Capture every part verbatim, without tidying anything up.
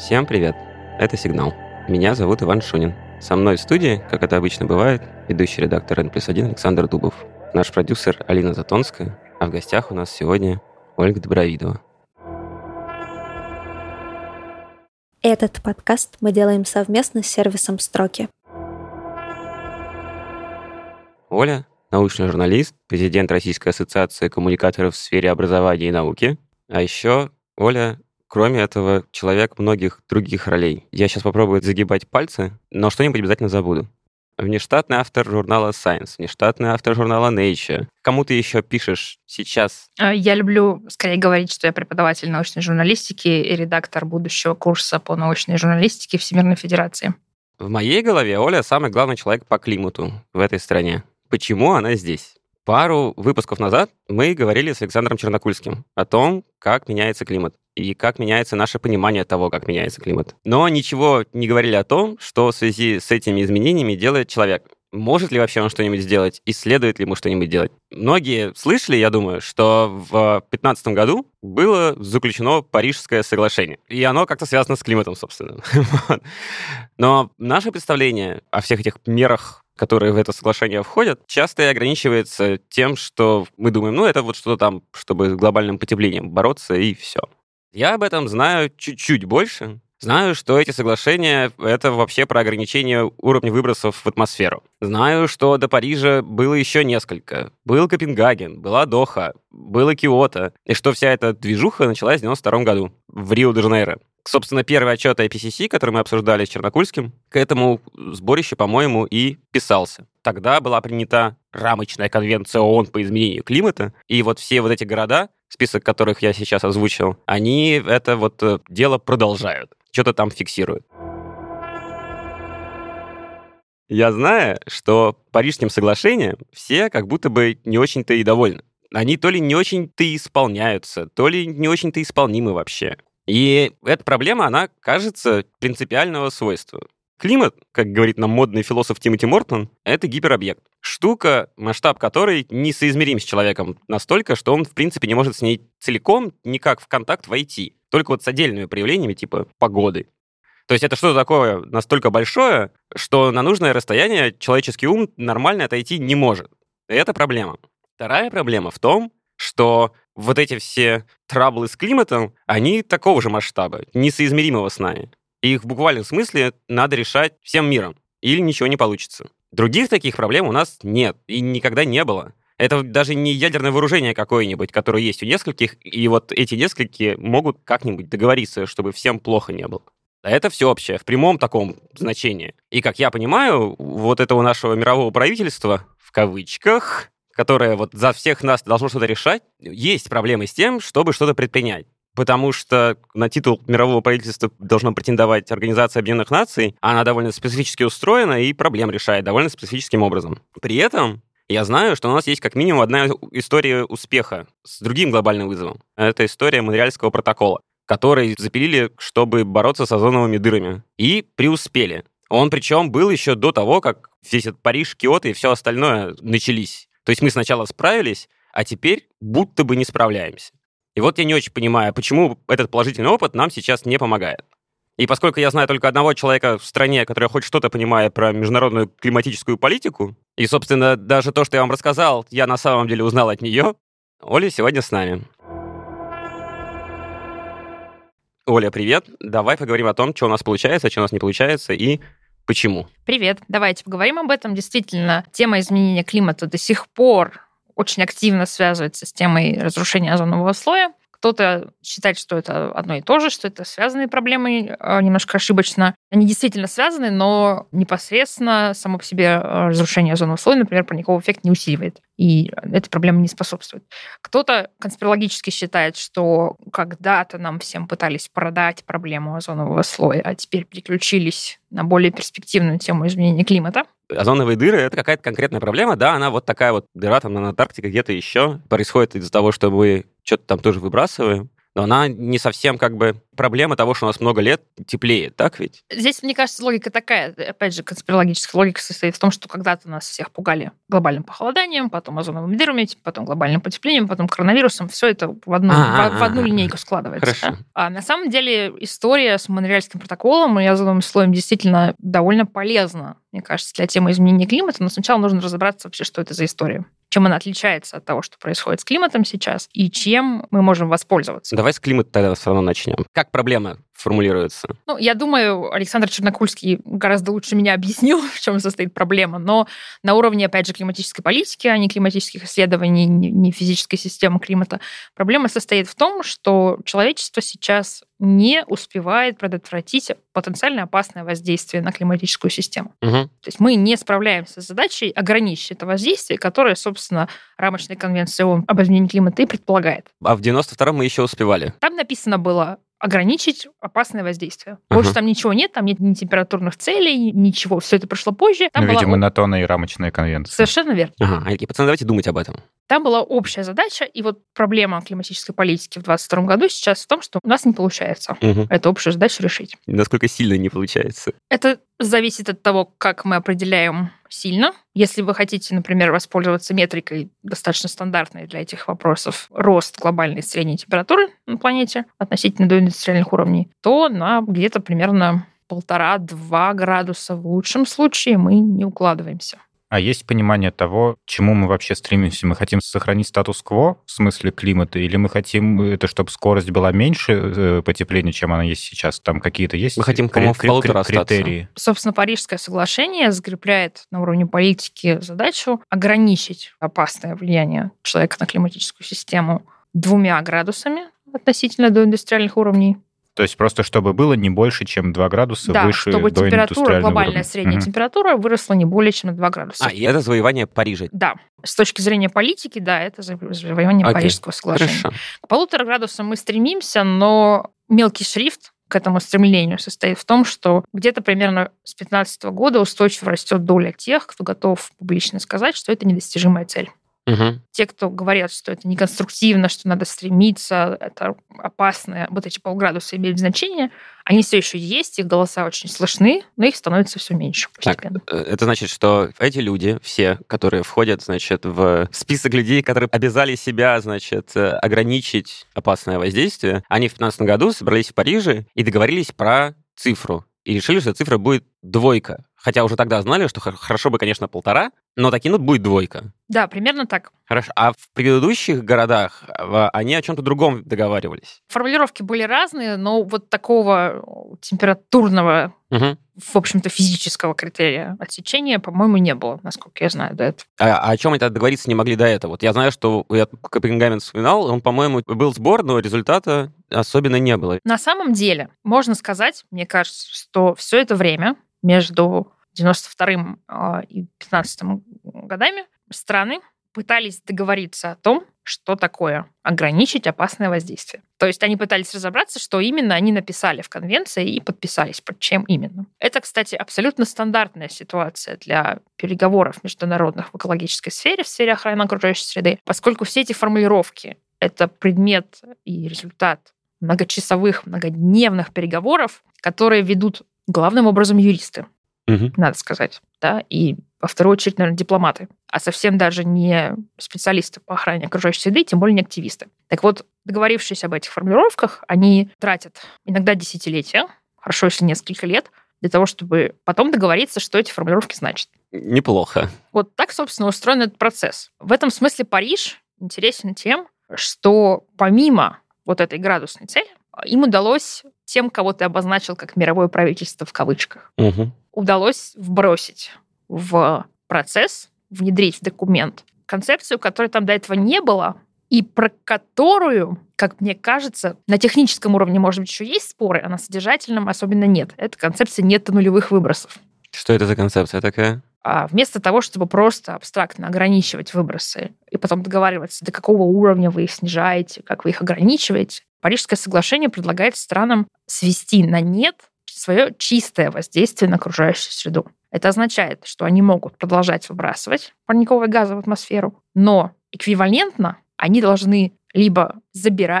Всем привет! Это «Сигнал». Меня зовут Иван Шунин. Со мной в студии, как это обычно бывает, ведущий редактор эн плюс один Александр Дубов, наш продюсер Алина Затонская, а в гостях у нас сегодня Ольга Добровидова. Этот подкаст мы делаем совместно с сервисом «Строки». Оля – научный журналист, президент Российской ассоциации коммуникаторов в сфере образования и науки. А еще Оля, кроме этого, человек многих других ролей. Я сейчас попробую загибать пальцы, но что-нибудь обязательно забуду. Внештатный автор журнала Science, внештатный автор журнала Nature. Кому ты еще пишешь сейчас? Я люблю скорее говорить, что я преподаватель научной журналистики и редактор будущего курса по научной журналистике Всемирной Федерации. В моей голове Оля самый главный человек по климату в этой стране. Почему она здесь? Пару выпусков назад мы говорили с Александром Чернокульским о том, как меняется климат и как меняется наше понимание того, как меняется климат. Но ничего не говорили о том, что в связи с этими изменениями делает человек. Может ли вообще он что-нибудь сделать? И следует ли ему что-нибудь делать? Многие слышали, я думаю, что в две тысячи пятнадцатом году было заключено Парижское соглашение. И оно как-то связано с климатом, собственно. Но наше представление о всех этих мерах, которые в это соглашение входят, часто и ограничивается тем, что мы думаем, ну, это вот что-то там, чтобы с глобальным потеплением бороться, и все. Я об этом знаю чуть-чуть больше. Знаю, что эти соглашения — это вообще про ограничение уровня выбросов в атмосферу. Знаю, что до Парижа было еще несколько. Был Копенгаген, была Доха, было Киото, и что вся эта движуха началась в девяносто втором году в Рио-де-Жанейро. Собственно, первый отчет ай пи си си, который мы обсуждали с Чернокульским, к этому сборищу, по-моему, и писался. Тогда была принята рамочная конвенция ООН по изменению климата, и вот все вот эти города, список которых я сейчас озвучил, они это вот дело продолжают, что-то там фиксируют. Я знаю, что Парижским соглашением все как будто бы не очень-то и довольны. Они то ли не очень-то и исполняются, то ли не очень-то исполнимы вообще. И эта проблема, она кажется принципиального свойства. Климат, как говорит нам модный философ Тимоти Мортон, это гиперобъект. Штука, масштаб которой несоизмерим с человеком настолько, что он, в принципе, не может с ней целиком никак в контакт войти. Только вот с отдельными проявлениями, типа погоды. То есть это что-то такое настолько большое, что на нужное расстояние человеческий ум нормально отойти не может. И это проблема. Вторая проблема в том, что вот эти все траблы с климатом, они такого же масштаба, несоизмеримого с нами. И их в буквальном смысле надо решать всем миром, или ничего не получится. Других таких проблем у нас нет и никогда не было. Это даже не ядерное вооружение какое-нибудь, которое есть у нескольких, и вот эти несколькие могут как-нибудь договориться, чтобы всем плохо не было. А это всеобщее, в прямом таком значении. И, как я понимаю, вот этого нашего мирового правительства, в кавычках, которое вот за всех нас должно что-то решать, есть проблемы с тем, чтобы что-то предпринять. Потому что на титул мирового правительства должна претендовать Организация Объединенных Наций, она довольно специфически устроена и проблем решает довольно специфическим образом. При этом я знаю, что у нас есть как минимум одна история успеха с другим глобальным вызовом. Это история Монреальского протокола, который запилили, чтобы бороться с озоновыми дырами. И преуспели. Он причем был еще до того, как весь этот Париж, Киото и все остальное начались. То есть мы сначала справились, а теперь будто бы не справляемся. И вот я не очень понимаю, почему этот положительный опыт нам сейчас не помогает. И поскольку я знаю только одного человека в стране, который хоть что-то понимает про международную климатическую политику, и, собственно, даже то, что я вам рассказал, я на самом деле узнал от нее, Оля сегодня с нами. Оля, привет. Давай поговорим о том, что у нас получается, что у нас не получается и почему. Привет. Давайте поговорим об этом. Действительно, тема изменения климата до сих пор очень активно связывается с темой разрушения озонового слоя. Кто-то считает, что это одно и то же, что это связанные проблемы, немножко ошибочно. Они действительно связаны, но непосредственно само по себе разрушение озонового слоя, например, парниковый эффект не усиливает, и этой проблеме не способствует. Кто-то конспирологически считает, что когда-то нам всем пытались продать проблему озонового слоя, а теперь переключились на более перспективную тему изменения климата. Озоновые дыры — это какая-то конкретная проблема, да, она вот такая вот дыра там на Антарктике, где-то еще происходит из-за того, что мы что-то там тоже выбрасываем. но она не совсем как бы проблема того, что у нас много лет теплеет, так ведь? Здесь, мне кажется, логика такая, опять же, конспирологическая логика состоит в том, что когда-то нас всех пугали глобальным похолоданием, потом озоновыми дырами, потом глобальным потеплением, потом коронавирусом. Все это в одну, в, в одну линейку складывается. Да? А на самом деле история с Монреальским протоколом и озоновым слоем действительно довольно полезна, мне кажется, для темы изменения климата, но сначала нужно разобраться вообще, что это за история. Чем она отличается от того, что происходит с климатом сейчас, и чем мы можем воспользоваться. Давай с климата тогда все равно начнем. Как проблема формулируется? Ну, я думаю, Александр Чернокульский гораздо лучше меня объяснил, в чем состоит проблема, но на уровне, опять же, климатической политики, а не климатических исследований, не физической системы климата, проблема состоит в том, что человечество сейчас не успевает предотвратить потенциально опасное воздействие на климатическую систему. Угу. То есть мы не справляемся с задачей ограничить это воздействие, которое, собственно, рамочная конвенция ООН об изменении климата и предполагает. А в девяносто втором мы еще успевали? Там написано было ограничить опасное воздействие. Больше uh-huh. там ничего нет, там нет ни температурных целей, ничего. Все это пришло позже. Там ну, была... видимо, на то она и рамочная конвенция. Совершенно верно. Ага, Алики, пацаны, давайте думать об этом. Там была общая задача, и вот проблема климатической политики в двадцать втором году сейчас в том, что у нас не получается uh-huh. эту общую задачу решить. Насколько сильно не получается? Это зависит от того, как мы определяем сильно. Если вы хотите, например, воспользоваться метрикой, достаточно стандартной для этих вопросов, рост глобальной средней температуры на планете относительно доиндустриальных уровней, то на где-то примерно полтора-два градуса в лучшем случае мы не укладываемся. А есть понимание того, к чему мы вообще стремимся? Мы хотим сохранить статус-кво в смысле климата, или мы хотим, это, чтобы скорость была меньше потепления, чем она есть сейчас? Там какие-то есть мы хотим, кри- в полутора критерии? остаться. Собственно, Парижское соглашение закрепляет на уровне политики задачу ограничить опасное влияние человека на климатическую систему двумя градусами относительно доиндустриальных уровней. То есть просто чтобы было не больше, чем два градуса да, выше чтобы температура, глобальная уровня. средняя угу. температура выросла не более чем на два градуса. А, и это завоевание Парижа? Да. С точки зрения политики, да, это завоевание Окей. Парижского соглашения. Хорошо. К полутора градусам мы стремимся, но мелкий шрифт к этому стремлению состоит в том, что где-то примерно с две тысячи пятнадцатого года устойчиво растет доля тех, кто готов публично сказать, что это недостижимая цель. Угу. Те, кто говорят, что это неконструктивно, что надо стремиться, это опасно, вот эти полградуса имеют значение, они все еще есть, их голоса очень слышны, но их становится все меньше постепенно. Так, это значит, что эти люди, все, которые входят, значит, в список людей, которые обязали себя, значит, ограничить опасное воздействие, они в две тысячи пятнадцатом году собрались в Париже и договорились про цифру. И решили, что цифра будет двойка. Хотя уже тогда знали, что хорошо бы, конечно, полтора, но таки, ну, будет двойка. Да, примерно так. Хорошо. А в предыдущих городах они о чем-то другом договаривались? Формулировки были разные, но вот такого температурного, угу. в общем-то, физического критерия отсечения, по-моему, не было, насколько я знаю, до этого. А, а о чем они тогда договориться не могли до этого? Вот я знаю, что я Копенгаген вспоминал, он, по-моему, был сбор, но результата особенно не было. На самом деле, можно сказать, мне кажется, что все это время между девяносто вторым и пятнадцатым годами страны пытались договориться о том, что такое ограничить опасное воздействие. То есть они пытались разобраться, что именно они написали в конвенции и подписались, под чем именно. Это, кстати, абсолютно стандартная ситуация для переговоров международных в экологической сфере, в сфере охраны окружающей среды, поскольку все эти формулировки — это предмет и результат многочасовых, многодневных переговоров, которые ведут главным образом юристы, угу. надо сказать, да, и во вторую очередь, наверное, дипломаты, а совсем даже не специалисты по охране окружающей среды, тем более не активисты. Так вот, договорившись об этих формулировках, они тратят иногда десятилетия, хорошо, если несколько лет, для того, чтобы потом договориться, что эти формулировки значат. Неплохо. Вот так, собственно, устроен этот процесс. В этом смысле Париж интересен тем, что помимо вот этой градусной цели, им удалось тем, кого ты обозначил как мировое правительство в кавычках, угу. удалось вбросить в процесс, внедрить в документ концепцию, которой там до этого не было, и про которую, как мне кажется, на техническом уровне, может быть, еще есть споры, а на содержательном особенно нет. Это концепция нет нулевых выбросов. Что это за концепция такая? А вместо того, чтобы просто абстрактно ограничивать выбросы и потом договариваться, до какого уровня вы их снижаете, как вы их ограничиваете, Парижское соглашение предлагает странам свести на нет свое чистое воздействие на окружающую среду. Это означает, что они могут продолжать выбрасывать парниковые газы в атмосферу, но эквивалентно они должны либо забирать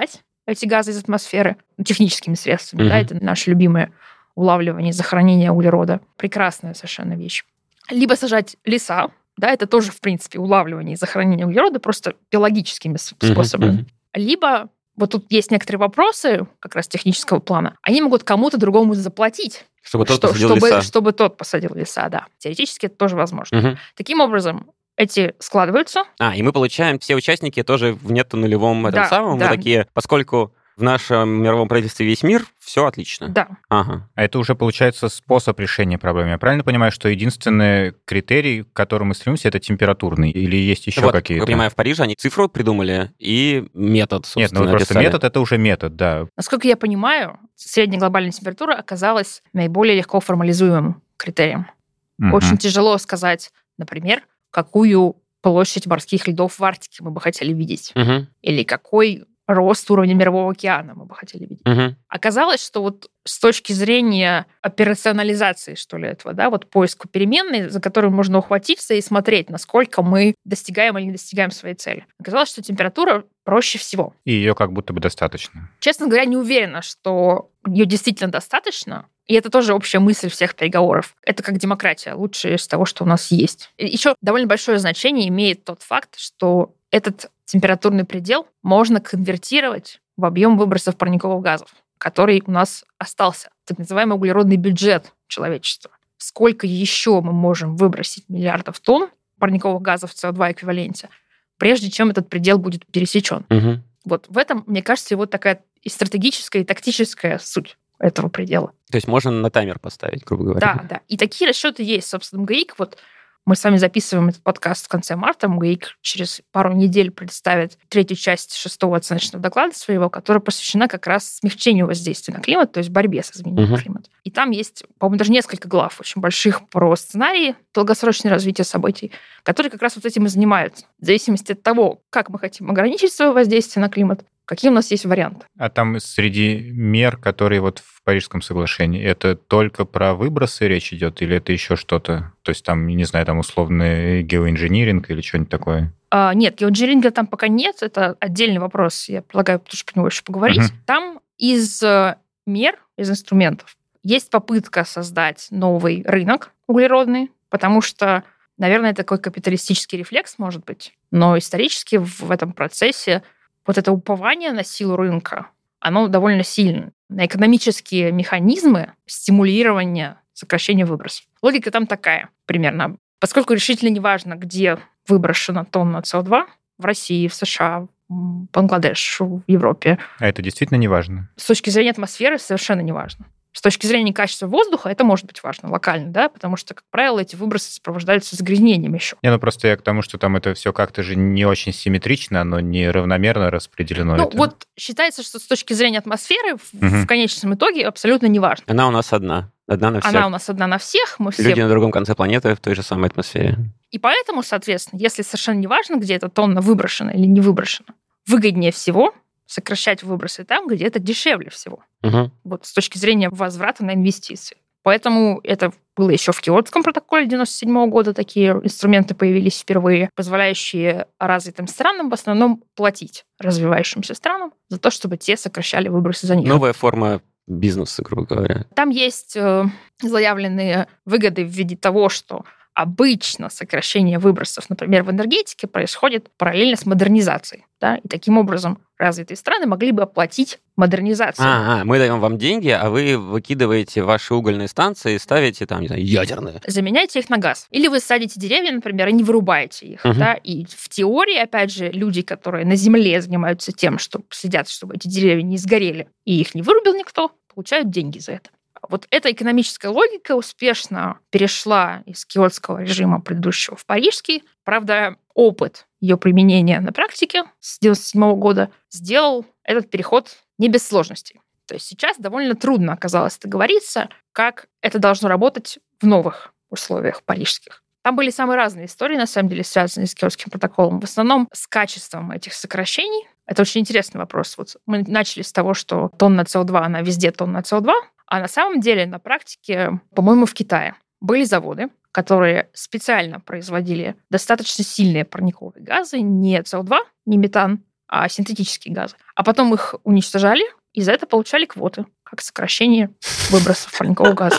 эти газы из атмосферы техническими средствами. Мгм. Да, это наше любимое улавливание, захоронение углерода. Прекрасная совершенно вещь. Либо сажать леса. Да, это тоже, в принципе, улавливание и захоронение углерода просто биологическими с- Мгм, способами. мгм. Либо, вот тут есть некоторые вопросы как раз технического плана, они могут кому-то другому заплатить, Чтобы тот что- посадил чтобы, леса. чтобы тот посадил леса, да. Теоретически это тоже возможно. Мгм. Таким образом, эти складываются. А, и мы получаем, все участники тоже в нетто-нулевом этом Да, самом. да. Мы такие, поскольку в нашем мировом правительстве весь мир, все отлично. Да. Ага. А это уже, получается, способ решения проблемы. Я правильно понимаю, что единственный критерий, к которому мы стремимся, это температурный? Или есть еще Вот, какие-то? я понимаю, в Париже они цифру придумали и метод, собственно, Нет, ну просто описали. метод — это уже метод, да. Насколько я понимаю, средняя глобальная температура оказалась наиболее легко формализуемым критерием. Мгм. Очень тяжело сказать, например, какую площадь морских льдов в Арктике мы бы хотели видеть. Мгм, Или какой рост уровня Мирового океана мы бы хотели видеть. мгм. Оказалось, что вот с точки зрения операционализации, что ли, этого, да, вот поиска переменной, за которую можно ухватиться и смотреть, насколько мы достигаем или не достигаем своей цели. Оказалось, что температура проще всего. И ее как будто бы достаточно. Честно говоря, не уверена, что ее действительно достаточно. И это тоже общая мысль всех переговоров. Это как демократия, лучшее из того, что у нас есть. Еще довольно большое значение имеет тот факт, что этот температурный предел можно конвертировать в объем выбросов парниковых газов, который у нас остался. Так называемый углеродный бюджет человечества. Сколько еще мы можем выбросить миллиардов тонн парниковых газов в СО2 эквиваленте, прежде чем этот предел будет пересечен. Мгм. Вот в этом, мне кажется, вот такая и стратегическая, и тактическая суть этого предела. То есть можно на таймер поставить, грубо говоря. Да, да. И такие расчеты есть. Собственно, МГИК, вот мы с вами записываем этот подкаст в конце марта. МГИК через пару недель представит третью часть шестого оценочного доклада своего, которая посвящена как раз смягчению воздействия на климат, то есть борьбе с изменением Мгм. климата. И там есть, по-моему, даже несколько глав очень больших про сценарии долгосрочного развития событий, которые как раз вот этим и занимаются. В зависимости от того, как мы хотим ограничить свое воздействие на климат, какие у нас есть варианты. А там среди мер, которые вот в Парижском соглашении, это только про выбросы речь идет, или это еще что-то? То есть там, не знаю, там условный геоинжиниринг или что-нибудь такое? А, нет, геоинжиниринга там пока нет, это отдельный вопрос, я предлагаю тоже про него еще поговорить. Мгм. Там из э, мер, из инструментов есть попытка создать новый рынок углеродный, потому что, наверное, это такой капиталистический рефлекс, может быть, но исторически в этом процессе вот это упование на силу рынка, оно довольно сильное. На экономические механизмы стимулирования сокращения выбросов. Логика там такая примерно. Поскольку решительно неважно, где выброшена тонна СО2, в России, в США, в Бангладеш, в Европе, А это действительно не важно? с точки зрения атмосферы совершенно неважно. С точки зрения качества воздуха это может быть важно локально, да, потому что, как правило, эти выбросы сопровождаются загрязнением еще. Не, ну просто я к тому, что там это все как-то же не очень симметрично, оно не равномерно распределено. Ну, это. вот считается, что с точки зрения атмосферы в, Мгм. в конечном итоге абсолютно неважно. Она у нас одна. Одна на всех. Она у нас одна на всех, мы все... Люди на другом конце планеты в той же самой атмосфере. И поэтому, соответственно, если совершенно неважно, где эта тонна выброшена или не выброшена, выгоднее всего сокращать выбросы там, где это дешевле всего. Мгм. Вот с точки зрения возврата на инвестиции. Поэтому это было еще в Киотском протоколе девяносто седьмого года. Такие инструменты появились впервые, позволяющие развитым странам в основном платить развивающимся странам за то, чтобы те сокращали выбросы за них. Новая форма бизнеса, грубо говоря. Там есть э, заявленные выгоды в виде того, что обычно сокращение выбросов, например, в энергетике происходит параллельно с модернизацией. Да? И таким образом развитые страны могли бы оплатить модернизацию. А, а, мы даем вам деньги, а вы выкидываете ваши угольные станции и ставите там, не знаю, ядерные. Заменяйте их на газ. Или вы садите деревья, например, и не вырубаете их. Мгм. Да? И в теории, опять же, люди, которые на Земле занимаются тем, что следят, чтобы эти деревья не сгорели, и их не вырубил никто, получают деньги за это. Вот эта экономическая логика успешно перешла из киотского режима предыдущего в парижский. Правда, опыт ее применения на практике с девяносто седьмого года сделал этот переход не без сложностей. То есть сейчас довольно трудно оказалось договориться, как это должно работать в новых условиях парижских. Там были самые разные истории, на самом деле, связанные с Киотским протоколом. В основном с качеством этих сокращений. Это очень интересный вопрос. Вот мы начали с того, что тонна СО2, она везде тонна СО2, а на самом деле на практике, по-моему, в Китае были заводы, которые специально производили достаточно сильные парниковые газы, не СО2, не метан, а синтетические газы. А потом их уничтожали, и за это получали квоты, как сокращение выбросов парникового газа.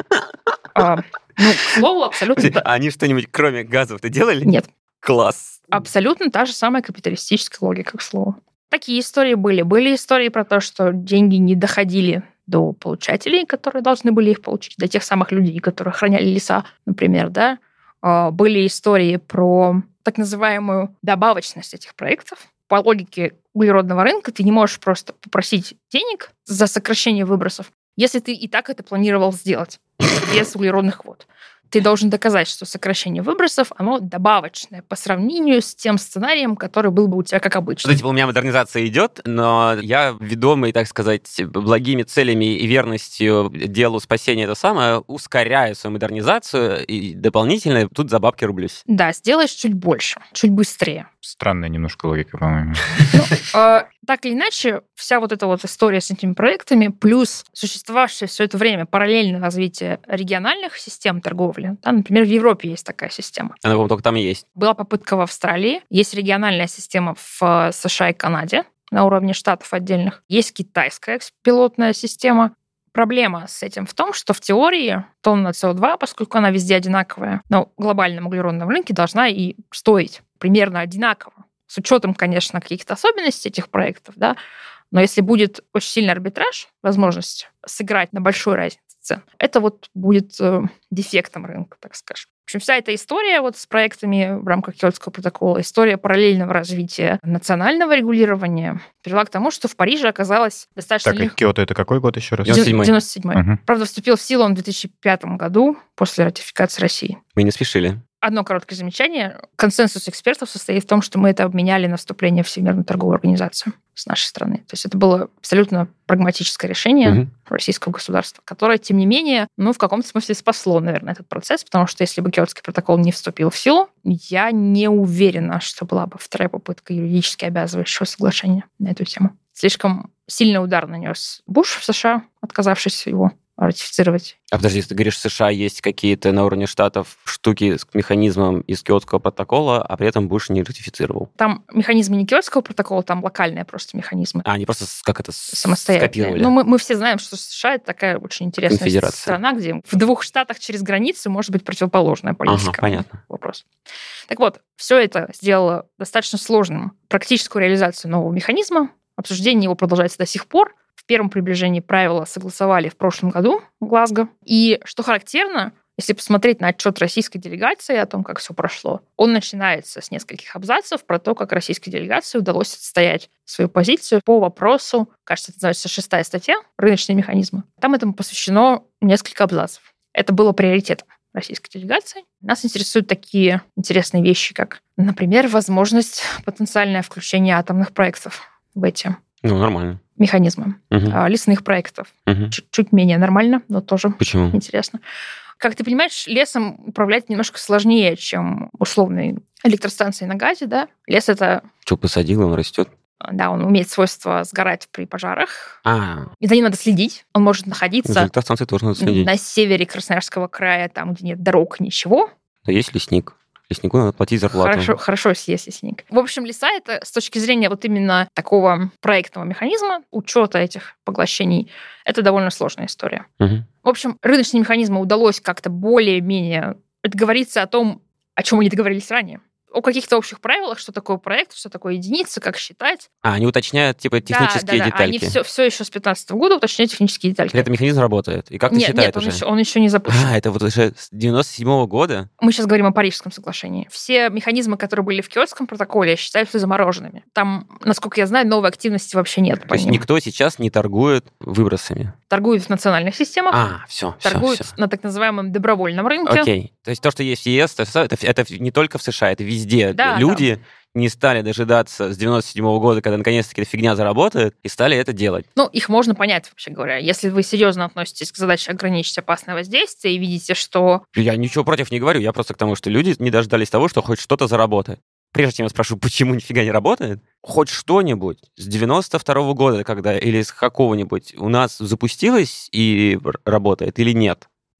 А, ну, к слову, абсолютно... А они что-нибудь кроме газов-то делали? Нет. Класс. Абсолютно та же самая капиталистическая логика, к слову. Такие истории были. Были истории про то, что деньги не доходили до получателей, которые должны были их получить, до тех самых людей, которые охраняли леса, например, да. Были истории про так называемую добавочность этих проектов. По логике углеродного рынка ты не можешь просто попросить денег за сокращение выбросов, если ты и так это планировал сделать без углеродных квот. Ты должен доказать, что сокращение выбросов, оно добавочное по сравнению с тем сценарием, который был бы у тебя как обычно. Ну, типа, у меня модернизация идет, но я, ведомый, так сказать, благими целями и верностью делу спасения это самое, ускоряю свою модернизацию и дополнительно тут за бабки рублюсь. Да, сделаешь чуть больше, чуть быстрее. Странная немножко логика, по-моему. Ну, э, так или иначе, вся вот эта вот история с этими проектами, плюс существовавшее все это время параллельное развитие региональных систем торговли. Да, например, в Европе есть такая система. Она, по-моему, только там и есть. Была попытка в Австралии. Есть региональная система в США и Канаде на уровне штатов отдельных. Есть китайская пилотная система. Проблема с этим в том, что в теории тонна си о два, поскольку она везде одинаковая, на глобальном углеродном рынке должна и стоить примерно одинаково. С учетом, конечно, каких-то особенностей этих проектов, да, но если будет очень сильный арбитраж, возможность сыграть на большой разнице цен, это вот будет э, дефектом рынка, так скажем. В общем, вся эта история вот с проектами в рамках Киотского протокола, история параллельного развития национального регулирования привела к тому, что в Париже оказалось достаточно... Так, легко. Киото это какой год еще раз? девяносто седьмой. девяносто седьмой. Угу. Правда, вступил в силу он в две тысячи пятом году после ратификации России. Мы не спешили. Одно короткое замечание. Консенсус экспертов состоит в том, что мы это обменяли на вступление в Всемирную торговую организацию с нашей страны. То есть это было абсолютно прагматическое решение Угу. российского государства, которое, тем не менее, ну, в каком-то смысле спасло, наверное, этот процесс, потому что если бы Киотский протокол не вступил в силу, я не уверена, что была бы вторая попытка юридически обязывающего соглашения на эту тему. Слишком сильный удар нанес Буш в США, отказавшись его ратифицировать. А подожди, если ты говоришь, в США есть какие-то на уровне штатов штуки с механизмом из Киотского протокола, а при этом Буш не ратифицировал. Там механизмы не Киотского протокола, там локальные просто механизмы. А, они просто с- как это с- Самостоятельные. скопировали. Ну, мы, мы все знаем, что США — это такая очень интересная Конфедерация. страна, где в двух штатах через границу может быть противоположная политика. Ага, понятно. Вопрос. Так вот, все это сделало достаточно сложным практическую реализацию нового механизма. Обсуждение его продолжается до сих пор. В первом приближении правила согласовали в прошлом году в Глазго. И что характерно, если посмотреть на отчет российской делегации о том, как все прошло, он начинается с нескольких абзацев про то, как российской делегации удалось отстоять свою позицию по вопросу, кажется, это называется шестая статья, рыночные механизмы. Там этому посвящено несколько абзацев. Это было приоритетом российской делегации. Нас интересуют такие интересные вещи, как, например, возможность потенциальное включение атомных проектов в эти Ну, нормально. механизмы, Угу. а, лесных проектов. Угу. Чуть-чуть менее нормально, но тоже Почему? интересно. Как ты понимаешь, лесом управлять немножко сложнее, чем условной электростанцией на газе, да? Лес — это, Что, посадил, он растет? да, он имеет свойство сгорать при пожарах, А, и за ним надо следить. Он может за находиться электростанцией тоже надо следить. на севере Красноярского края, там, где нет дорог, ничего. Да есть лесник. Леснику надо платить зарплату. Хорошо, хорошо, если есть лесник. В общем, леса — это с точки зрения вот именно такого проектного механизма, учета этих поглощений, это довольно сложная история. Угу. В общем, рыночные механизмы удалось как-то более-менее договориться о том, о чем мы не договорились ранее. О каких-то общих правилах, что такое проект, что такое единица, как считать. А, они уточняют, типа, технические да, да, да. Они детальки. все, все еще с пятнадцатого года уточняют технические детальки. Этот механизм работает. И как ты нет, считаешь нет, он уже? еще, он еще не запущен. А, это вот уже с девяносто седьмого года? Мы сейчас говорим о Парижском соглашении. Все механизмы, которые были в Киотском протоколе, считаются замороженными. Там, насколько я знаю, новой активности вообще нет. То по есть ним. никто сейчас не торгует выбросами? Торгуют в национальных системах, А, все, торгуют все, на так называемом добровольном рынке. Окей. То есть то, что есть в ЕС, это, это, это не только в США, это везде. Да, Люди не стали дожидаться с девяносто седьмого года, когда наконец-таки эта фигня заработает, и стали это делать. Ну, их можно понять, вообще говоря. Если вы серьезно относитесь к задаче ограничить опасное воздействие и видите, что... Я ничего против не говорю, я просто к тому, что люди не дождались того, что хоть что-то заработает. Прежде чем я спрошу, почему нифига не работает, хоть что-нибудь с девяносто второго года, когда или с какого-нибудь у нас запустилось и работает или нет?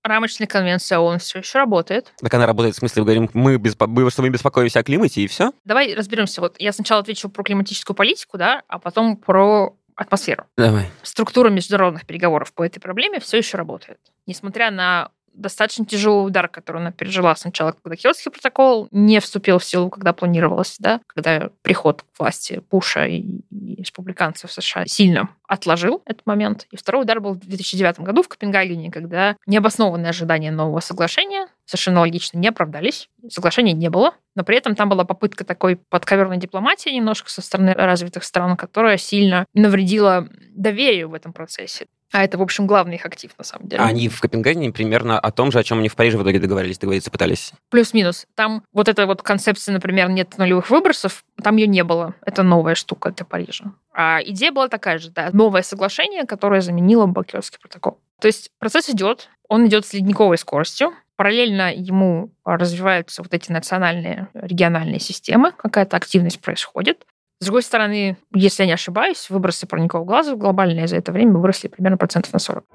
рамочная конвенция ООН все еще работает. Так она работает, в смысле, мы говорим, мы, беспо... мы, что мы беспокоимся о климате, и все? Давай разберемся. Вот я сначала отвечу про климатическую политику, да, а потом про атмосферу. Давай. Структура международных переговоров по этой проблеме все еще работает. Несмотря на достаточно тяжелый удар, который она пережила сначала, когда Киотский протокол не вступил в силу, когда планировалось, да, когда приход к власти Буша и, и республиканцев в США сильно отложил этот момент. И второй удар был в две тысячи девятом году в Копенгагене, когда необоснованные ожидания нового соглашения совершенно логично не оправдались. Соглашения не было, но при этом там была попытка такой подковерной дипломатии немножко со стороны развитых стран, которая сильно навредила доверию в этом процессе. А это, в общем, главный их актив, на самом деле. А они в Копенгагене примерно о том же, о чем они в Париже в итоге договорились, договориться пытались. Плюс-минус. Там вот эта вот концепция, например, нет нулевых выбросов, там ее не было. Это новая штука для Парижа. А идея была такая же, да, новое соглашение, которое заменило Киотский протокол. То есть процесс идет, он идет с ледниковой скоростью. Параллельно ему развиваются вот эти национальные, региональные системы, какая-то активность происходит. С другой стороны, если я не ошибаюсь, выбросы парниковых газов глобальные за это время выросли примерно процентов на сорок.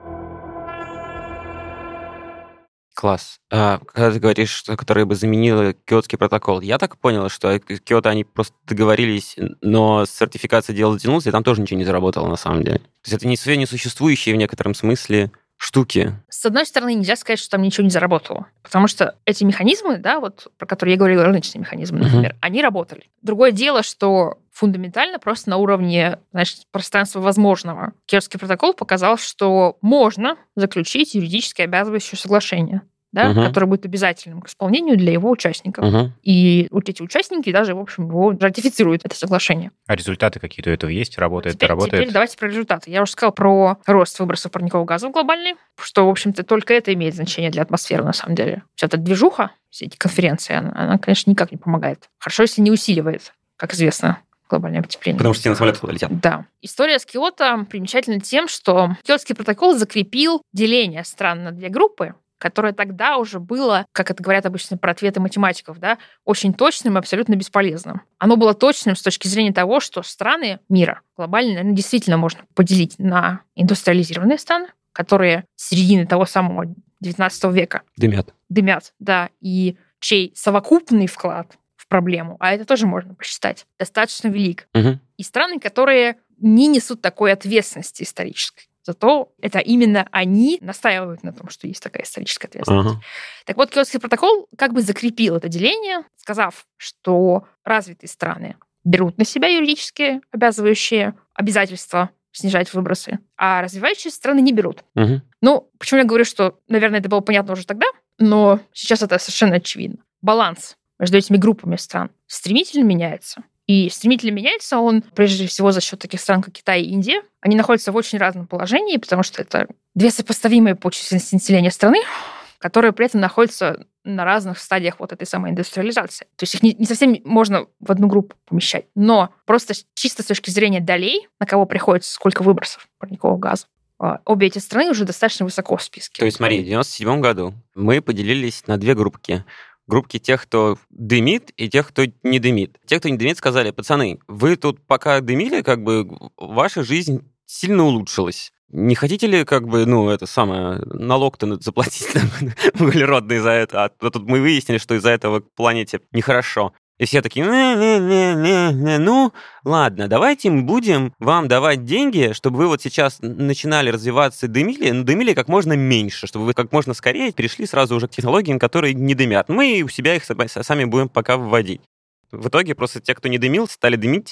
Класс. А, когда ты говоришь, что которая бы заменила Киотский протокол, я так понял, что Киото они просто договорились, но сертификация дела затянулась, и там тоже ничего не заработало на самом деле. То есть это не несуществующие в некотором смысле штуки. С одной стороны, нельзя сказать, что там ничего не заработало. Потому что эти механизмы, да, вот про которые я говорила, рыночные механизмы, например, uh-huh. они работали. Другое дело, что фундаментально просто на уровне, значит, пространства возможного Киотский протокол показал, что можно заключить юридически обязывающее соглашение, да, uh-huh. которое будет обязательным к исполнению для его участников. Uh-huh. И вот эти участники даже, в общем, его ратифицируют, это соглашение. А результаты какие-то у этого есть? Работает, теперь, работает? Теперь давайте про результаты. Я уже сказала про рост выбросов парниковых газов глобальный, что, в общем-то, только это имеет значение для атмосферы, на самом деле. Вся эта движуха, все эти конференции, она, она, конечно, никак не помогает. Хорошо, если не усиливает, как известно, глобальное потепление. Потому что все на самолетах летят. Да. История с Киото примечательна тем, что Киотский протокол закрепил деление стран на две группы, которое тогда уже было, как это говорят обычно про ответы математиков, да, очень точным и абсолютно бесполезным. Оно было точным с точки зрения того, что страны мира глобально, наверное, действительно можно поделить на индустриализированные страны, которые с середины того самого девятнадцатого века дымят. Дымят, да, и чей совокупный вклад в проблему, а это тоже можно посчитать, достаточно велик. Угу. И страны, которые не несут такой ответственности исторической. Зато это именно они настаивают на том, что есть такая историческая ответственность. Ага. Так вот, Киотский протокол как бы закрепил это деление, сказав, что развитые страны берут на себя юридически обязывающие обязательства снижать выбросы, а развивающие страны не берут. Угу. Ну, почему я говорю, что, наверное, это было понятно уже тогда, но сейчас это совершенно очевидно. Баланс между этими группами стран стремительно меняется. И стремительно меняется он, прежде всего, за счет таких стран, как Китай и Индия. Они находятся в очень разном положении, потому что это две сопоставимые по численности населения страны, которые при этом находятся на разных стадиях вот этой самой индустриализации. То есть их не, не совсем можно в одну группу помещать. Но просто чисто с точки зрения долей, на кого приходится сколько выбросов парниковых газов, обе эти страны уже достаточно высоко в списке. То есть, смотри, в девяносто седьмом году мы поделились на две группки. Группки тех, кто дымит, и тех, кто не дымит. Те, кто не дымит, сказали: пацаны, вы тут пока дымили, как бы ваша жизнь сильно улучшилась. Не хотите ли, как бы, ну, это самое, налог-то заплатить углеродный за это? А тут мы выяснили, что из-за этого планете нехорошо. И все такие: не-не-не-не-не, ну, ладно, давайте мы будем вам давать деньги, чтобы вы вот сейчас начинали развиваться, дымили, но дымили как можно меньше, чтобы вы как можно скорее перешли сразу уже к технологиям, которые не дымят. Мы у себя их сами будем пока вводить. В итоге просто те, кто не дымил, стали дымить,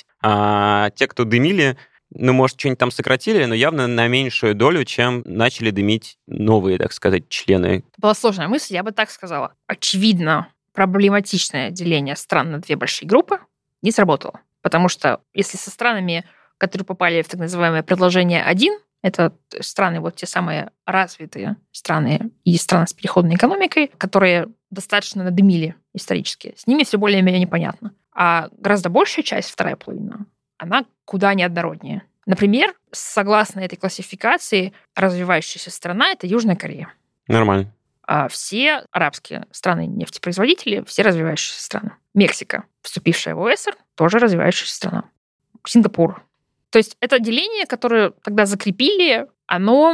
а те, кто дымили, ну, может, что-нибудь там сократили, но явно на меньшую долю, чем начали дымить новые, так сказать, члены. Это была сложная мысль, я бы так сказала. Очевидно, проблематичное деление стран на две большие группы не сработало. Потому что если со странами, которые попали в так называемое предложение один, это страны, вот те самые развитые страны и страны с переходной экономикой, которые достаточно надымили исторически, с ними все более-менее непонятно. А гораздо большая часть, вторая половина, она куда неоднороднее. Например, согласно этой классификации, развивающаяся страна — это Южная Корея. Нормально. А все арабские страны-нефтепроизводители, все развивающиеся страны. Мексика, вступившая в ОЭСР, тоже развивающаяся страна. Сингапур. То есть это деление, которое тогда закрепили, оно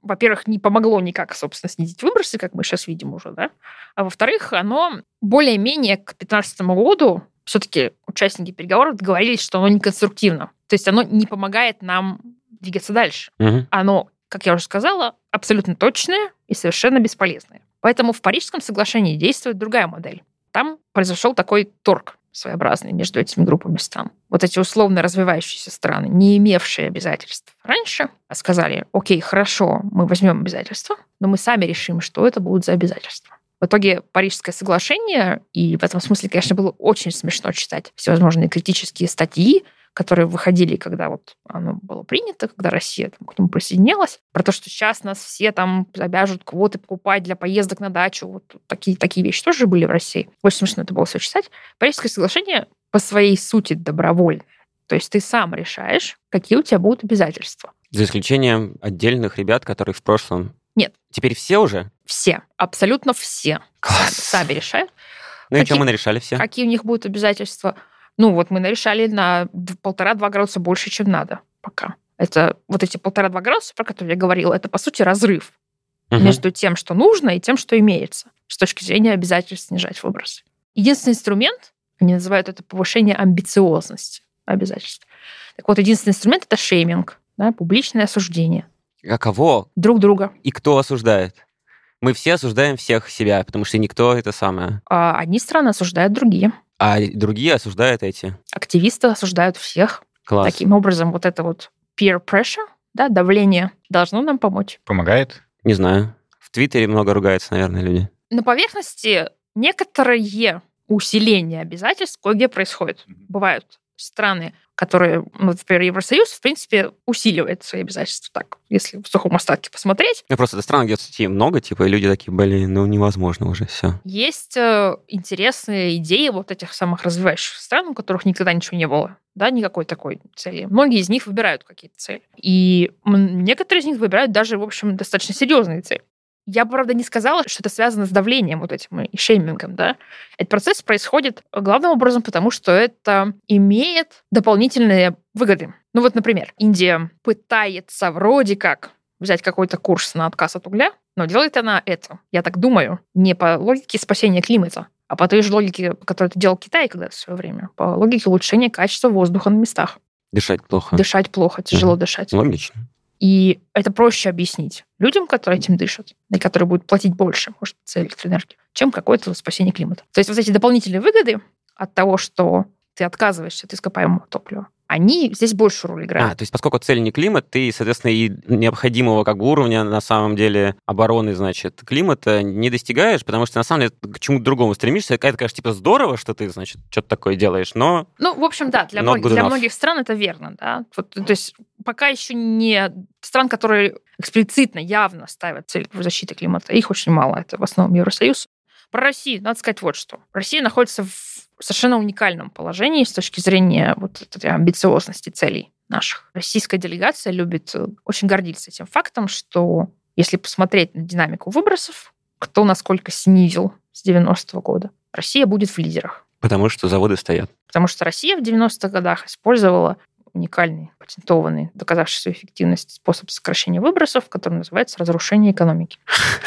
во-первых, не помогло никак, собственно, снизить выбросы, как мы сейчас видим уже, да, а во-вторых, оно более-менее к две тысячи пятнадцатому году все-таки участники переговоров договорились, что оно неконструктивно. То есть оно не помогает нам двигаться дальше. Угу. Оно, как я уже сказала, абсолютно точное и совершенно бесполезное. Поэтому в Парижском соглашении действует другая модель. Там произошел такой торг своеобразный между этими группами стран. Вот эти условно развивающиеся страны, не имевшие обязательств раньше, сказали: окей, хорошо, мы возьмем обязательства, но мы сами решим, что это будут за обязательства. В итоге Парижское соглашение, и в этом смысле, конечно, было очень смешно читать всевозможные критические статьи, которые выходили, когда вот оно было принято, когда Россия там к нему присоединялась, про то, что сейчас нас все там обяжут квоты покупать для поездок на дачу. Вот такие, такие вещи тоже были в России. Очень смешно это было все читать. Парижское соглашение по своей сути добровольное. То есть ты сам решаешь, какие у тебя будут обязательства. За исключением отдельных ребят, которые в прошлом... Нет. Теперь все уже? Все. Абсолютно все. Класс. Сами, сами решают. Ну какие, и что мы нарешали все? Какие у них будут обязательства? Ну, вот мы нарешали на полтора-два градуса больше, чем надо пока. Это вот эти полтора-два градуса, про которые я говорила, это, по сути, разрыв Угу. между тем, что нужно, и тем, что имеется, с точки зрения обязательств снижать выбросы. Единственный инструмент, они называют это повышение амбициозности обязательств. Так вот, единственный инструмент — это шейминг, да, публичное осуждение. А кого? Друг друга. И кто осуждает? Мы все осуждаем всех себя, потому что никто это самое. А одни страны осуждают другие. А другие осуждают эти. Активисты осуждают всех. Класс. Таким образом, вот это вот peer pressure, да, давление, должно нам помочь. Помогает? Не знаю. В Твиттере много ругаются, наверное, люди. На поверхности некоторое усиление обязательств кое-где происходит. Бывают страны, которые, ну, например, Евросоюз, в принципе, усиливает свои обязательства. Так, если в сухом остатке посмотреть. Ну, просто это странно, где статей много, типа, и люди такие: блин, ну невозможно уже все. Есть э, интересные идеи вот этих самых развивающихся стран, у которых никогда ничего не было, да, никакой такой цели. Многие из них выбирают какие-то цели. И некоторые из них выбирают даже, в общем, достаточно серьезные цели. Я, правда, не сказала, что это связано с давлением вот этим и шеймингом, да. Этот процесс происходит главным образом потому, что это имеет дополнительные выгоды. Ну вот, например, Индия пытается вроде как взять какой-то курс на отказ от угля, но делает она это, я так думаю, не по логике спасения климата, а по той же логике, по которой это делал Китай когда-то в свое время, по логике улучшения качества воздуха на местах. Дышать плохо. Дышать плохо, тяжело Мгм. дышать. Логично. И это проще объяснить людям, которые этим дышат, и которые будут платить больше, может быть, за электроэнергию, чем какое-то спасение климата. То есть вот эти дополнительные выгоды от того, что ты отказываешься от ископаемого топлива, они здесь большую роль играют. А, то есть поскольку цель не климат, ты, соответственно, и необходимого как бы уровня на самом деле обороны, значит, климата не достигаешь, потому что на самом деле к чему-то другому стремишься. Это, конечно, типа здорово, что ты, значит, что-то такое делаешь, но... Ну, в общем, да, для, Not многих, good для enough. многих стран это верно, да. Вот, то есть пока еще не стран, которые эксплицитно, явно ставят цель защиты климата, их очень мало, это в основном Евросоюз. Про Россию надо сказать вот что. Россия находится в совершенно уникальном положении с точки зрения вот этой амбициозности целей наших. Российская делегация любит очень гордиться этим фактом, что если посмотреть на динамику выбросов, кто насколько снизил с девяностого года, Россия будет в лидерах. Потому что заводы стоят. Потому что Россия в девяностых годах использовала уникальный, патентованный, доказавший свою эффективность способ сокращения выбросов, который называется разрушение экономики.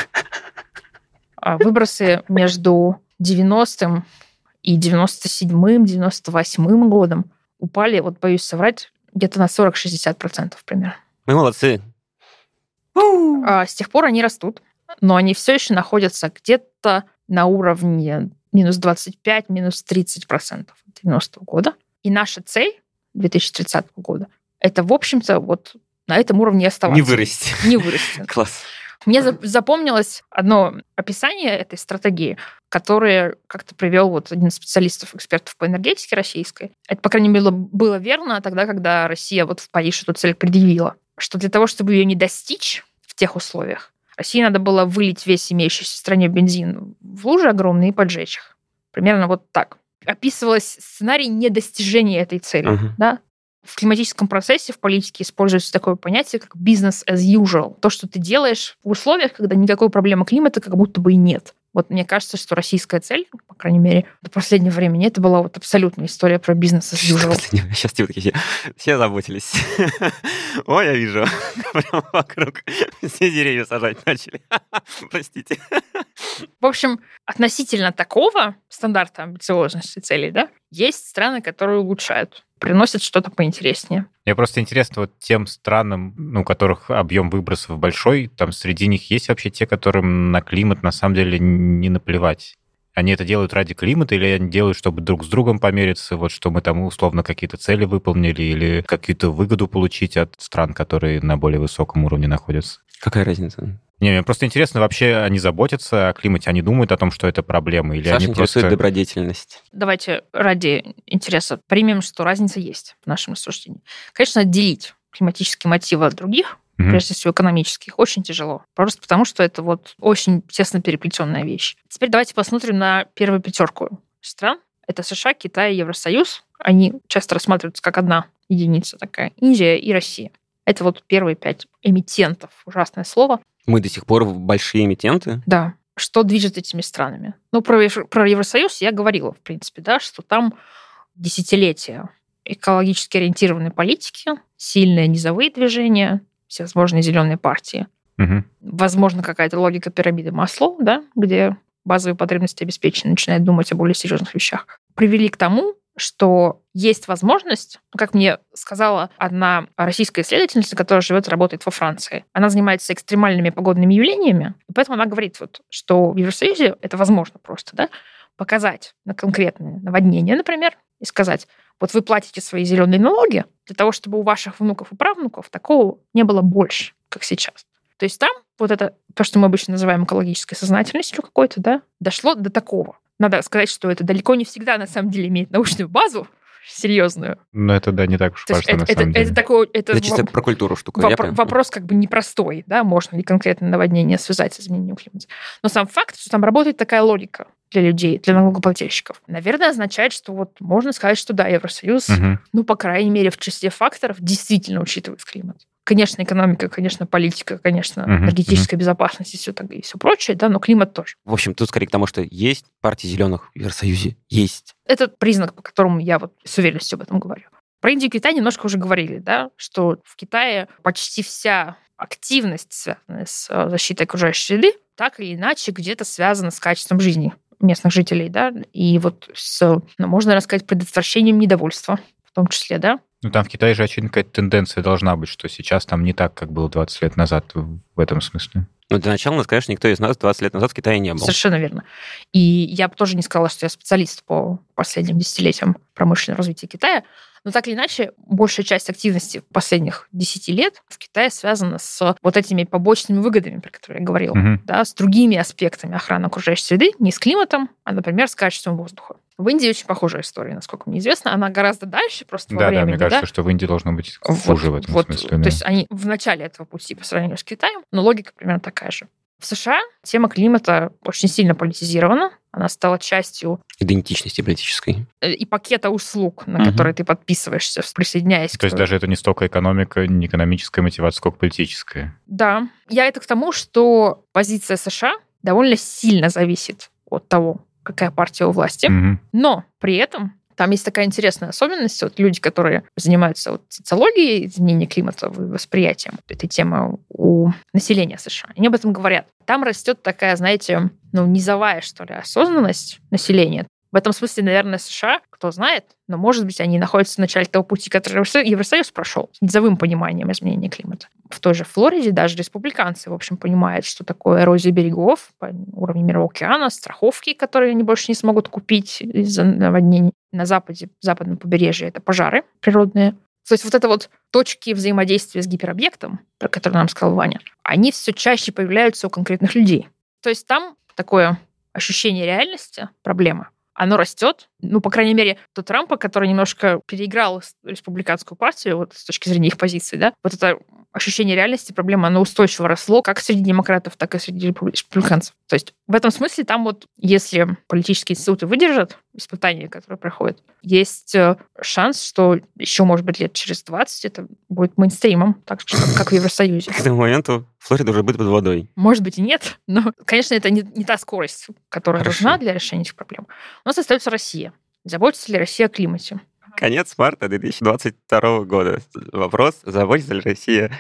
А выбросы между девяностым и девяносто седьмым, девяносто восьмым годом упали, вот боюсь соврать, где-то на сорок-шестьдесят процентов примерно. Мы молодцы. А с тех пор они растут, но они все еще находятся где-то на уровне минус двадцать пять, минус тридцать процентов девяностого года. И наша цель две тысячи тридцатого года — это, в общем-то, вот на этом уровне и оставаться. Не вырасти. Не вырасти. Класс. Мне запомнилось одно описание этой стратегии, которое как-то привел вот один из специалистов, экспертов по энергетике российской. Это, по крайней мере, было верно тогда, когда Россия вот в Париж эту цель предъявила, что для того, чтобы ее не достичь в тех условиях, России надо было вылить весь имеющийся в стране бензин в лужи огромные и поджечь их. Примерно вот так. Описывалось сценарий недостижения этой цели. Uh-huh. Да? В климатическом процессе, в политике используется такое понятие, как business as usual. То, что ты делаешь в условиях, когда никакой проблемы климата как будто бы и нет. Вот мне кажется, что российская цель, крайней мере, до последнего времени. Это была вот абсолютная история про бизнес as usual. Сейчас типа такие все, все заботились. Ой, я вижу. Прям вокруг все деревья сажать начали. Простите. В общем, относительно такого стандарта амбициозности целей, да, есть страны, которые улучшают, приносят что-то поинтереснее. Мне просто интересно, вот тем странам, ну, у которых объем выбросов большой, там среди них есть вообще те, которым на климат на самом деле не наплевать? Они это делают ради климата или они делают, чтобы друг с другом помериться, вот что мы там условно какие-то цели выполнили или какую-то выгоду получить от стран, которые на более высоком уровне находятся? Какая разница? Не, мне просто интересно, вообще они заботятся о климате, они думают о том, что это проблема, или Саша они интересует просто... добродетельность. Давайте ради интереса примем, что разница есть в нашем рассуждении. Конечно, отделить климатические мотивы от других, mm-hmm. прежде всего экономических, очень тяжело. Просто потому, что это вот очень тесно переплетенная вещь. Теперь давайте посмотрим на первую пятерку стран. Это США, Китай и Евросоюз. Они часто рассматриваются как одна единица такая. Индия и Россия. Это вот первые пять эмитентов. Ужасное слово. Мы до сих пор большие эмитенты? Да. Что движет этими странами? Ну, про, про Евросоюз я говорила, в принципе, да, что там десятилетия экологически ориентированной политики, сильные низовые движения, всевозможные зеленые партии. Угу. Возможно, какая-то логика пирамиды Маслоу, да, где базовые потребности обеспечены, начинает думать о более серьезных вещах, привели к тому, что есть возможность, как мне сказала одна российская исследовательница, которая живет и работает во Франции. Она занимается экстремальными погодными явлениями, и поэтому она говорит, вот, что в Евросоюзе это возможно просто, да, показать на конкретные наводнения, например, и сказать, вот вы платите свои зеленые налоги для того, чтобы у ваших внуков и правнуков такого не было больше, как сейчас. То есть там вот это, то, что мы обычно называем экологической сознательностью какой-то, да, дошло до такого. Надо сказать, что это далеко не всегда на самом деле имеет научную базу серьезную. Но это, да, не так уж важно, это, на это, самом деле. Это такой... Это, это чисто про культуру штука. Вопро- вопрос как бы непростой, да, можно ли конкретно наводнение связать с изменением климата. Но сам факт, что там работает такая логика для людей, для налогоплательщиков, наверное, означает, что вот можно сказать, что да, Евросоюз, угу. ну, по крайней мере, в числе факторов действительно учитывает климат. Конечно, экономика, конечно, политика, конечно, uh-huh, энергетическая uh-huh. безопасность и все, так, и все прочее, да, но климат тоже. В общем, тут скорее к тому, что есть партия зеленых в Евросоюзе. Есть. Это признак, по которому я вот с уверенностью об этом говорю. Про Индию и Китай немножко уже говорили, да, что в Китае почти вся активность, связанная с защитой окружающей среды, так или иначе где-то связана с качеством жизни местных жителей, да, и вот с, ну, можно рассказать, предотвращением недовольства в том числе, да. Ну, там в Китае же, очевидно, какая-то тенденция должна быть, что сейчас там не так, как было двадцать лет назад в этом смысле. Ну, для начала, надо сказать, что никто из нас двадцать лет назад в Китае не был. Совершенно верно. И я бы тоже не сказала, что я специалист по последним десятилетиям промышленного развития Китая, но так или иначе, большая часть активности последних десяти лет в Китае связана с вот этими побочными выгодами, про которые я говорила, uh-huh. да, с другими аспектами охраны окружающей среды, не с климатом, а, например, с качеством воздуха. В Индии очень похожая история, насколько мне известно. Она гораздо дальше просто да, во времени. Да, мне кажется, да? что в Индии должно быть хуже вот, в этом вот, смысле. То да. есть они в начале этого пути по сравнению с Китаем, но логика примерно такая же. В США тема климата очень сильно политизирована. Она стала частью идентичности политической. И пакета услуг, на угу. которые ты подписываешься, присоединяясь. То есть даже это не столько экономика, не экономическая мотивация, сколько политическая. Да. Я это к тому, что позиция США довольно сильно зависит от того, какая партия у власти. Угу. Но при этом там есть такая интересная особенность. Вот люди, которые занимаются вот социологией изменения климата, восприятием этой темы у населения США, они об этом говорят. Там растет такая, знаете, ну, низовая, что ли, осознанность населения. В этом смысле, наверное, США, кто знает, но, может быть, они находятся в начале того пути, который Евросоюз прошел, с низовым пониманием изменения климата. В той же Флориде даже республиканцы, в общем, понимают, что такое эрозия берегов по уровню Мирового океана, страховки, которые они больше не смогут купить из-за наводнений. На западе, западном побережье это пожары природные. То есть вот это вот точки взаимодействия с гиперобъектом, про которые нам сказал Ваня, они все чаще появляются у конкретных людей. То есть там такое ощущение реальности, проблема, оно растет. Ну, по крайней мере, до Трампа, который немножко переиграл республиканскую партию вот, с точки зрения их позиции, да, вот это ощущение реальности, проблема, оно устойчиво росло как среди демократов, так и среди республиканцев. То есть в этом смысле там вот, если политические институты выдержат испытания, которые проходят, есть шанс, что еще, может быть, лет через двадцать это будет мейнстримом, так же, как в Евросоюзе. К этому моменту Флорида уже будет под водой. Может быть и нет, но, конечно, это не, не та скорость, которая Хорошо. нужна для решения этих проблем. У нас остается Россия. Заботится ли Россия о климате? Конец марта две тысячи двадцать второго года. Вопрос, заботится ли Россия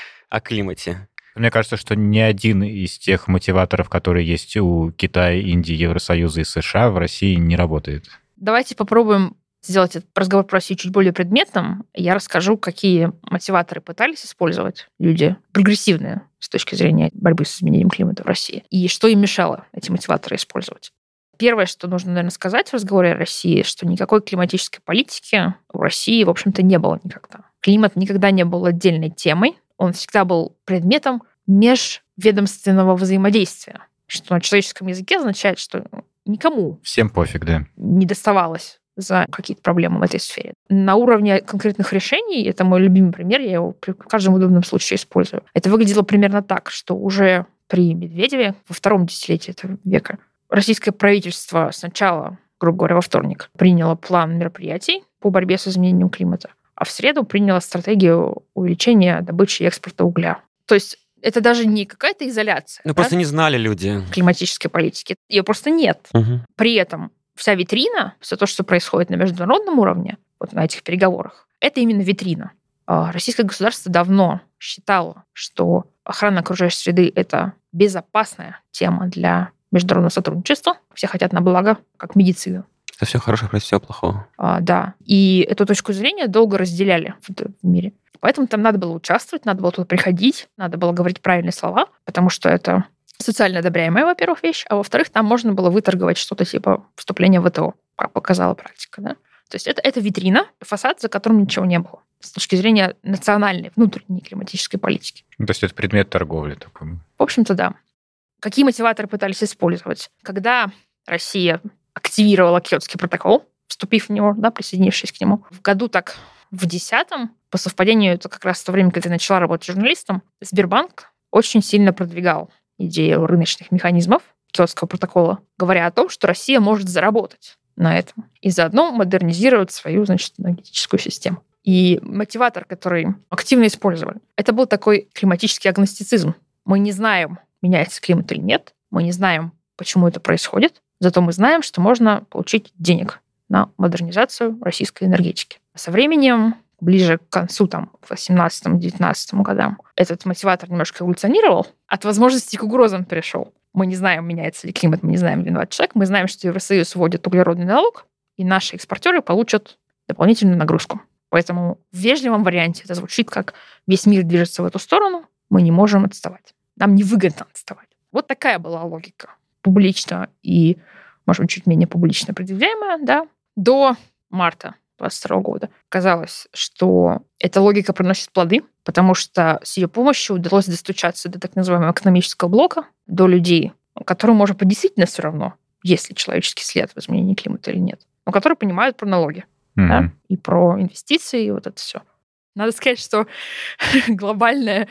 о климате? Мне кажется, что ни один из тех мотиваторов, которые есть у Китая, Индии, Евросоюза и США, в России не работает. Давайте попробуем сделать этот разговор про Россию чуть более предметным. Я расскажу, какие мотиваторы пытались использовать люди прогрессивные с точки зрения борьбы с изменением климата в России, и что им мешало эти мотиваторы использовать. Первое, что нужно, наверное, сказать в разговоре о России, что никакой климатической политики в России, в общем-то, не было никогда. Климат никогда не был отдельной темой, он всегда был предметом межведомственного взаимодействия, что на человеческом языке означает, что никому Всем пофиг, да. не доставалось за какие-то проблемы в этой сфере. На уровне конкретных решений, это мой любимый пример, я его при каждом удобном случае использую, это выглядело примерно так, что уже при Медведеве во втором десятилетии этого века российское правительство сначала, грубо говоря, во вторник приняло план мероприятий по борьбе с изменением климата, а в среду приняло стратегию увеличения добычи и экспорта угля. То есть это даже не какая-то изоляция. Ну, да, просто не знали люди. климатической политики. Ее просто нет. Угу. При этом вся витрина, все то, что происходит на международном уровне, вот на этих переговорах, это именно витрина. Российское государство давно считало, что охрана окружающей среды – это безопасная тема для международного сотрудничества. Все хотят на благо, как медицина. Это все хорошего против всего плохого. А, да. И эту точку зрения долго разделяли в, в мире. Поэтому там надо было участвовать, надо было туда приходить, надо было говорить правильные слова, потому что это социально одобряемая, во-первых, вещь, а во-вторых, там можно было выторговать что-то типа вступления в ВТО, как показала практика. Да? То есть это, это витрина, фасад, за которым ничего не было с точки зрения национальной, внутренней климатической политики. То есть это предмет торговли такой. В общем-то, да. Какие мотиваторы пытались использовать? Когда Россия активировала Киотский протокол, вступив в него, да, присоединившись к нему, в году так в десятом, по совпадению, это как раз в то время, когда я начала работать журналистом, Сбербанк очень сильно продвигал идею рыночных механизмов Киотского протокола, говоря о том, что Россия может заработать на этом и заодно модернизировать свою, значит, энергетическую систему. И мотиватор, который активно использовали, это был такой климатический агностицизм. Мы не знаем, меняется климат или нет, мы не знаем, почему это происходит, зато мы знаем, что можно получить денег на модернизацию российской энергетики. Со временем, ближе к концу, там, к восемнадцатому-девятнадцатому годам, этот мотиватор немножко эволюционировал, от возможности к угрозам перешел. Мы не знаем, меняется ли климат, мы не знаем, виноват человек, мы знаем, что Евросоюз вводит углеродный налог, и наши экспортеры получат дополнительную нагрузку. Поэтому в вежливом варианте это звучит как «весь мир движется в эту сторону, мы не можем отставать». Нам невыгодно отставать. Вот такая была логика. Публично и, может быть, чуть менее публично предъявляемая, да, до марта двадцать второго года. Казалось, что эта логика приносит плоды, потому что с ее помощью удалось достучаться до так называемого экономического блока, до людей, которым, может быть, действительно все равно, есть ли человеческий след в изменении климата или нет, но которые понимают про налоги, mm-hmm. да, и про инвестиции, и вот это все. Надо сказать, что глобальное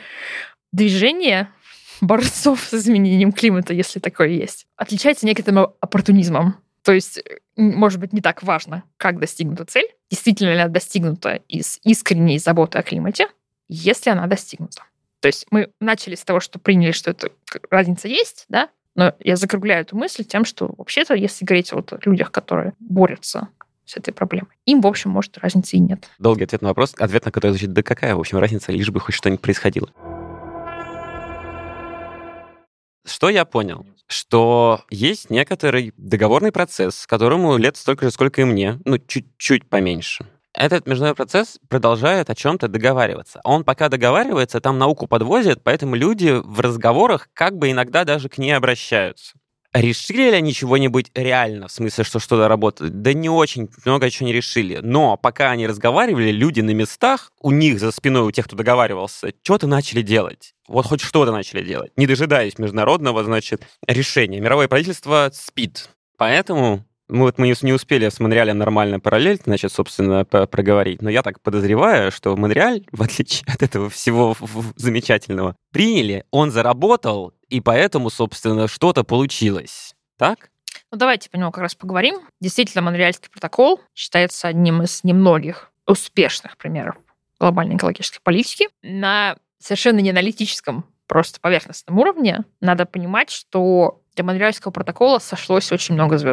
движение борцов с изменением климата, если такое есть, отличается некоторым оппортунизмом. То есть, может быть, не так важно, как достигнута цель, действительно ли она достигнута из искренней заботы о климате, если она достигнута. То есть мы начали с того, что приняли, что эта разница есть, да, но я закругляю эту мысль тем, что вообще-то, если говорить вот о людях, которые борются с этой проблемой, им, в общем, может, разницы и нет. Долгий ответ на вопрос, ответ на который звучит, да какая, в общем, разница, лишь бы хоть что-нибудь происходило. Что я понял? Что есть некоторый договорный процесс, которому лет столько же, сколько и мне, ну, чуть-чуть поменьше. Этот международный процесс продолжает о чем-то договариваться. Он пока договаривается, там науку подвозят, поэтому люди в разговорах как бы иногда даже к ней обращаются. Решили ли они чего-нибудь реально, в смысле, что что-то работает? Да не очень, много чего не решили. Но пока они разговаривали, люди на местах, у них за спиной, у тех, кто договаривался, что-то начали делать. Вот хоть что-то начали делать, не дожидаясь международного, значит, решения. Мировое правительство спит. Поэтому мы, вот, мы не успели с Монреалем нормально параллель, значит, собственно, проговорить. Но я так подозреваю, что Монреаль, в отличие от этого всего замечательного, приняли, он заработал, и поэтому, собственно, что-то получилось. Так? Ну, давайте по нему как раз поговорим. Действительно, Монреальский протокол считается одним из немногих успешных примеров глобальной экологической политики. На совершенно не аналитическом, просто поверхностном уровне надо понимать, что для Монреальского протокола сошлось очень много звезд.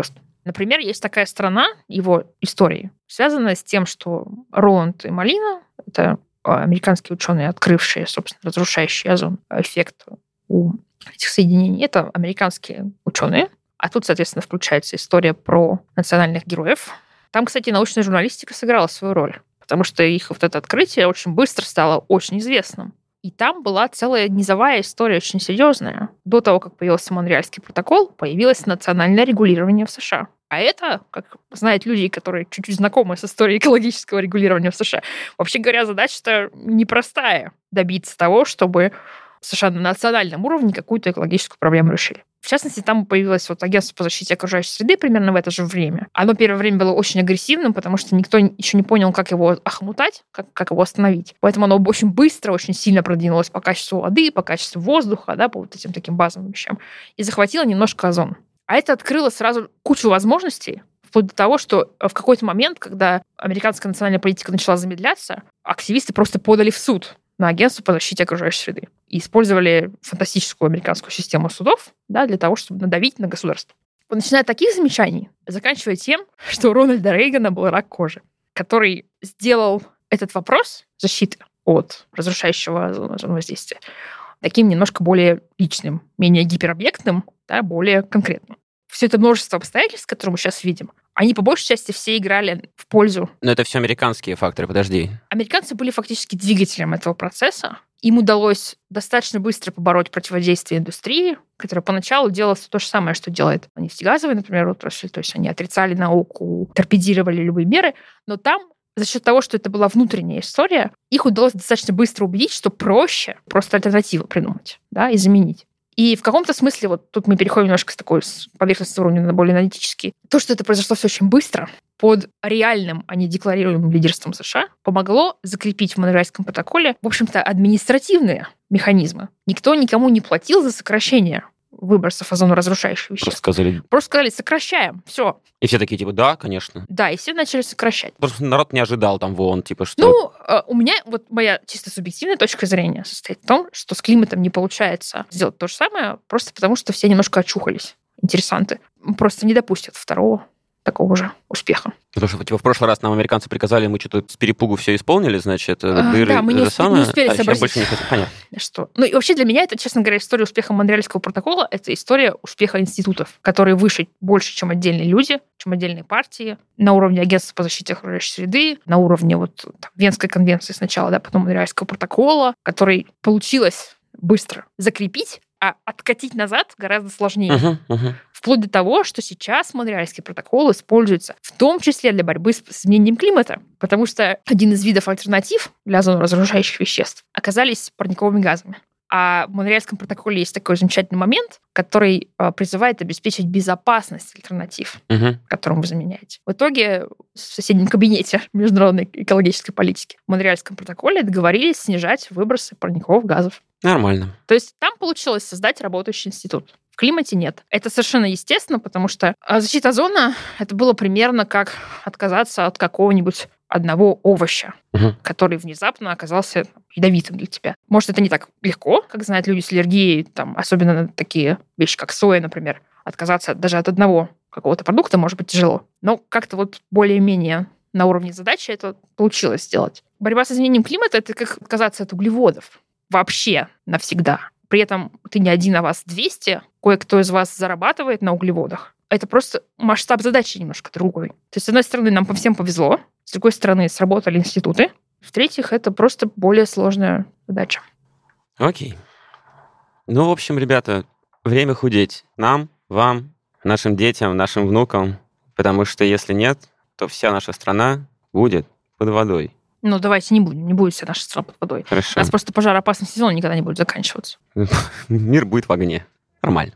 Например, есть такая страна, его истории, связанная с тем, что Роланд и Малина, это американские ученые, открывшие, собственно, разрушающий озон эффект у этих соединений, это американские ученые. А тут, соответственно, включается история про национальных героев. Там, кстати, научная журналистика сыграла свою роль, потому что их вот это открытие очень быстро стало очень известным. И там была целая низовая история, очень серьезная. До того, как появился Монреальский протокол, появилось национальное регулирование в США. А это, как знают люди, которые чуть-чуть знакомы с историей экологического регулирования в США, вообще говоря, задача-то непростая — добиться того, чтобы США на национальном уровне какую-то экологическую проблему решили. В частности, там появилось вот агентство по защите окружающей среды примерно в это же время. Оно первое время было очень агрессивным, потому что никто еще не понял, как его охмутать, как, как его остановить. Поэтому оно очень быстро, очень сильно продвинулось по качеству воды, по качеству воздуха, да, по вот этим таким базовым вещам. И захватило немножко озон. А это открыло сразу кучу возможностей, вплоть до того, что в какой-то момент, когда американская национальная политика начала замедляться, активисты просто подали в суд на агентство по защите окружающей среды и использовали фантастическую американскую систему судов, да, для того, чтобы надавить на государство. Начиная от таких замечаний, заканчивая тем, что у Рональда Рейгана был рак кожи, который сделал этот вопрос защиты от разрушающего озон воздействия таким немножко более личным, менее гиперобъектным, да, более конкретным. Все это множество обстоятельств, которые мы сейчас видим, они по большей части все играли в пользу. Но это все американские факторы, подожди. Американцы были фактически двигателем этого процесса. Им удалось достаточно быстро побороть противодействие индустрии, которая поначалу делала все то же самое, что делает нефтегазовая, например, отрасль. То есть они отрицали науку, торпедировали любые меры. Но там за счет того, что это была внутренняя история, их удалось достаточно быстро убедить, что проще просто альтернативу придумать, да, и заменить. И в каком-то смысле, вот тут мы переходим немножко с такой с поверхностного уровня на более аналитический, то, что это произошло все очень быстро, под реальным, а не декларируемым лидерством США, помогло закрепить в Монреальском протоколе, в общем-то, административные механизмы. Никто никому не платил за сокращение выбросов озоноразрушающих веществ. Просто сказали... Просто сказали, сокращаем, все. И все такие, типа, да, конечно. Да, и все начали сокращать. Просто народ не ожидал там вон, типа, что... Ну, у меня вот моя чисто субъективная точка зрения состоит в том, что с климатом не получается сделать то же самое, просто потому что все немножко очухались, интересанты. Просто не допустят второго такого же успеха. Потому что типа, в прошлый раз нам американцы приказали, мы что-то с перепугу все исполнили, значит, а, дыры, да, мы не, это усп... самое, не успели а сообразить. больше не хотим. Понятно. Что? Ну и вообще для меня это, честно говоря, история успеха Монреальского протокола, это история успеха институтов, которые выше больше, чем отдельные люди, чем отдельные партии, на уровне агентства по защите окружающей среды, на уровне вот там, Венской конвенции сначала, да, потом Монреальского протокола, который получилось быстро закрепить, а откатить назад гораздо сложнее. Uh-huh, uh-huh. Вплоть до того, что сейчас Монреальский протокол используется в том числе для борьбы с изменением климата, потому что один из видов альтернатив для озоноразрушающих веществ оказались парниковыми газами. А в Монреальском протоколе есть такой замечательный момент, который призывает обеспечить безопасность альтернатив, uh-huh. которым вы заменяете. В итоге в соседнем кабинете международной экологической политики в Монреальском протоколе договорились снижать выбросы парниковых газов. Нормально. То есть там получилось создать работающий институт. В климате нет. Это совершенно естественно, потому что защита озона — это было примерно как отказаться от какого-нибудь одного овоща, угу. который внезапно оказался ядовитым для тебя. Может, это не так легко, как знают люди с аллергией, там, особенно на такие вещи, как соя, например. Отказаться даже от одного какого-то продукта может быть тяжело. Но как-то вот более-менее на уровне задачи это получилось сделать. Борьба с изменением климата — это как отказаться от углеводов. Вообще навсегда. При этом ты не один, а вас двести. Кое-кто из вас зарабатывает на углеводах. Это просто масштаб задачи немножко другой. То есть, с одной стороны, нам по всем повезло. С другой стороны, сработали институты. В-третьих, это просто более сложная задача. Окей. Ну, в общем, ребята, время худеть. Нам, вам, нашим детям, нашим внукам. Потому что если нет, то вся наша страна будет под водой. Ну, давайте не будем, не будет вся наша страна под водой. Хорошо. У нас просто пожароопасный сезон никогда не будет заканчиваться. Мир будет в огне. Нормально.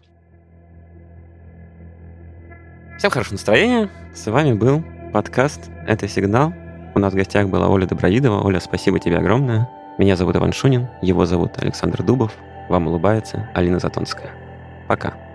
Всем хорошего настроения. С вами был подкаст «Это сигнал». У нас в гостях была Оля Доброидова. Оля, спасибо тебе огромное. Меня зовут Иван Шунин, его зовут Александр Дубов. Вам улыбается Алина Затонская. Пока.